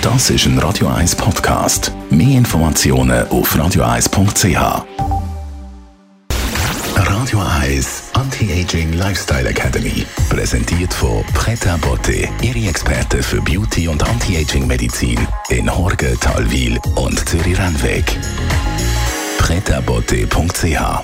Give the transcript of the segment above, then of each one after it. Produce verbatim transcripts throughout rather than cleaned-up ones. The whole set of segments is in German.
Das ist ein Radio eins Podcast. Mehr Informationen auf radio eins punkt c h. Radio eins Anti-Aging Lifestyle Academy. Präsentiert von Pret à Beauté. Ihre Experten für Beauty- und Anti-Aging-Medizin in Horgen, Talwil und Zürich-Rennweg. pret à beauté punkt c h.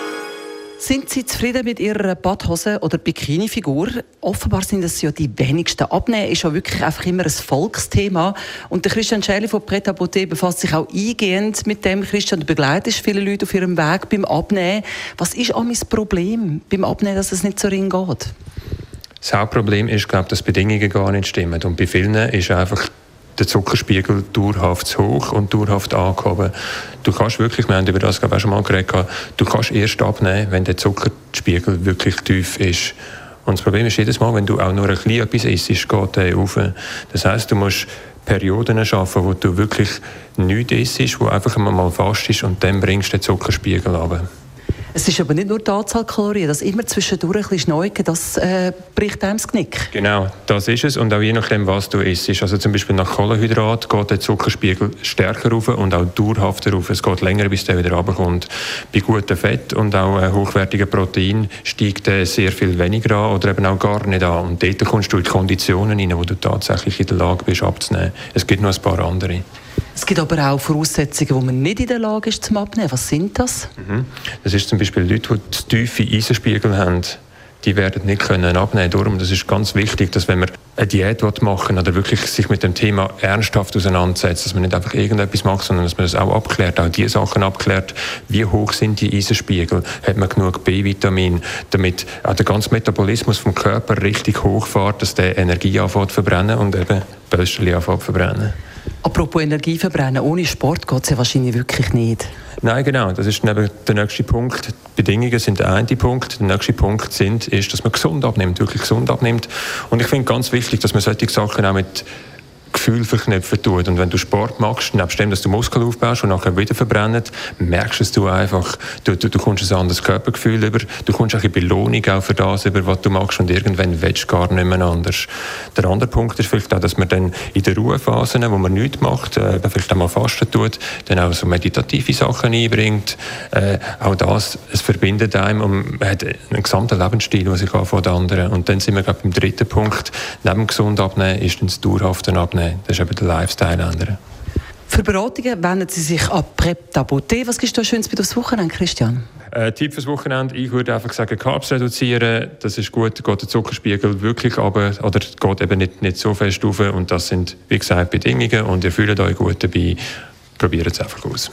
Sind Sie zufrieden mit Ihrer Badhose- oder Bikini-Figur? Offenbar sind es ja die wenigsten. Abnehmen ist ja wirklich einfach immer ein Volksthema. Und der Christian Schäli von Pret à Beauté befasst sich auch eingehend mit dem. Christian, du begleitest viele Leute auf ihrem Weg beim Abnehmen. Was ist auch mein Problem beim Abnehmen, dass es nicht so rein geht? Das Hauptproblem ist, glaube ich, dass die Bedingungen gar nicht stimmen. Und bei vielen ist einfach der Zuckerspiegel dauerhaft zu hoch und dauerhaft angehoben. Du kannst wirklich, wir haben über das glaube ich auch schon mal geredet, du kannst erst abnehmen, wenn der Zuckerspiegel wirklich tief ist. Und das Problem ist jedes Mal, wenn du auch nur ein bisschen etwas isst, geht der rauf. Das heisst, du musst Perioden schaffen, wo du wirklich nichts isst, wo einfach mal fast ist und dann bringst du den Zuckerspiegel runter. Es ist aber nicht nur die Anzahl Kalorien, das immer zwischendurch ein bisschen schneuken, das äh, bricht einem das Genick. Genau, das ist es. Und auch je nachdem, was du isst. Also zum Beispiel nach Kohlenhydrat geht der Zuckerspiegel stärker rauf und auch dauerhafter rauf. Es geht länger, bis der wieder runterkommt. Bei gutem Fett und auch äh, hochwertigen Protein steigt der sehr viel weniger an oder eben auch gar nicht an. Und dort kommst du in die Konditionen rein, wo du tatsächlich in der Lage bist, abzunehmen. Es gibt noch ein paar andere. Es gibt aber auch Voraussetzungen, wo man nicht in der Lage ist zum Abnehmen. Was sind das? Mhm. Das ist zum Beispiel Leute, die zu tiefe Eisenspiegel haben. Die werden nicht können abnehmen. Darum, das ist ganz wichtig, dass wenn man eine Diät machen will oder wirklich sich mit dem Thema ernsthaft auseinandersetzt, dass man nicht einfach irgendetwas macht, sondern dass man das auch abklärt, auch die Sachen abklärt. Wie hoch sind die Eisenspiegel? Hat man genug B-Vitamin, damit auch der ganze Metabolismus vom Körper richtig hochfährt, dass der Energie anfängt zu verbrennen und eben Böscheli anfängt zu verbrennen. Apropos Energie verbrennen, ohne Sport geht es ja wahrscheinlich wirklich nicht. Nein, genau. Das ist eben der nächste Punkt. Die Bedingungen sind der eine Punkt. Der nächste Punkt sind, ist, dass man gesund abnimmt, wirklich gesund abnimmt. Und ich finde ganz wichtig, dass man solche Sachen auch mit Gefühl verknüpfen tut. Und wenn du Sport machst, nebst dem, dass du Muskeln aufbaust und nachher wieder verbrennt, merkst du einfach, du, du, du kommst ein anderes Körpergefühl über, du kommst auch eine Belohnung auch für das über, was du machst und irgendwann willst du gar nicht mehr anders. Der andere Punkt ist vielleicht auch, dass man dann in den Ruhephasen, wo man nichts macht, äh, vielleicht auch mal fasten tut, dann auch so meditative Sachen einbringt. Äh, auch das, es verbindet einem und man hat einen gesamten Lebensstil, der sich von den anderen. Und dann sind wir gerade beim dritten Punkt, neben gesund abnehmen ist dann das dauerhafte Abnehmen. Das ist eben der Lifestyle ändern. Für Beratungen wenden Sie sich an Pret à Beauté. Was gibt es da Schönes bei das Wochenende, Christian? Äh, Tipp fürs Wochenende, ich würde einfach sagen, Carbs reduzieren. Das ist gut, geht der Zuckerspiegel wirklich runter oder geht eben nicht, nicht so fest rauf. Und das sind, wie gesagt, Bedingungen und ihr fühlt euch gut dabei. Probiert es einfach aus.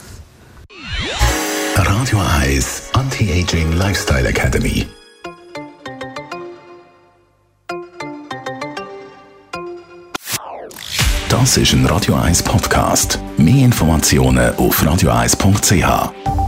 Radio eins Anti-Aging Lifestyle Academy. Das ist ein Radio eins Podcast. Mehr Informationen auf radio eins punkt c h.